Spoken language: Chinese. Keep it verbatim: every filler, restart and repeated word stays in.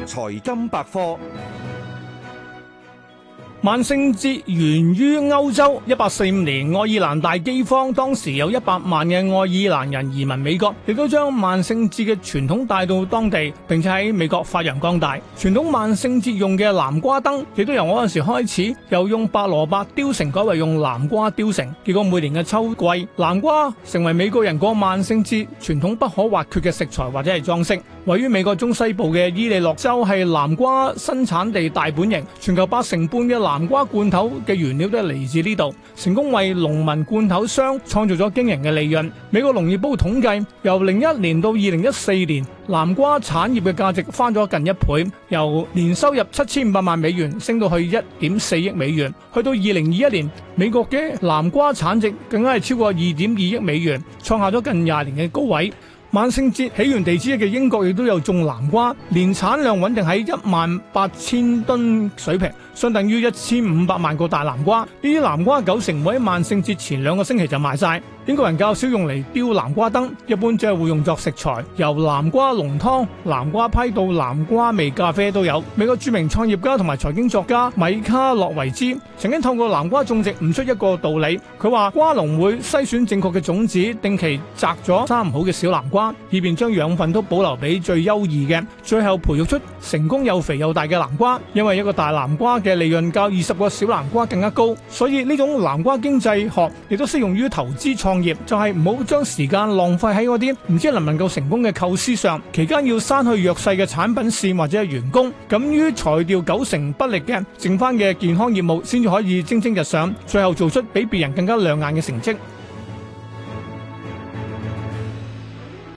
財金百科。 萬聖節源於歐洲。一八四五年愛爾蘭大饑荒，當時有一百萬嘅愛爾蘭人移民美國，亦都將萬聖節嘅傳統帶到當地，並且喺美國發揚光大。傳統萬聖節用嘅南瓜燈，亦都由嗰陣時開始，由用白蘿蔔雕成改為用南瓜雕成。結果每年嘅秋季，南瓜成為美國人過萬聖節傳統不可或缺嘅食材或者係裝飾。位於美國中西部嘅伊利諾州係南瓜生產地大本營，全球八成半嘅南瓜罐頭嘅原料都係嚟自呢度，成功為農民罐頭商創造咗驚人嘅利潤。美國農業部統計，由零一年到二零一四年，南瓜產業嘅價值翻咗近一倍，由年收入七千五百萬美元升到去一點四億美元。去到二零二一年，美國嘅南瓜產值更加係超過二點二億美元，創下咗近廿年嘅高位。萬聖節起源地之一嘅英國亦都有種南瓜，年產量穩定喺一萬八千噸水平，相等於一千五百萬個大南瓜。呢啲南瓜九成會喺萬聖節前兩個星期就賣晒。英國人較少用嚟雕南瓜燈，一般只係會用作食材，由南瓜濃湯、南瓜批到南瓜味咖啡都有。美國著名創業家同埋財經作家米卡洛維茲曾經透過南瓜種植悟出一個道理，佢話瓜農會篩選正確嘅種子，定期摘咗生唔好嘅小南瓜，以便將養分都保留俾最優異嘅，最後培育出成功又肥又大嘅南瓜。因為一個大南瓜嘅利潤較二十個小南瓜更加高，所以呢種南瓜經濟學亦都適用於投資創業，就係唔好將時間浪費喺嗰啲唔知能唔能夠成功嘅構思上，期間要刪去弱勢嘅產品線或者係員工，敢於裁掉九成不力嘅，剩翻嘅健康業務先至可以蒸蒸日上，最後做出比別人更加亮眼嘅成績。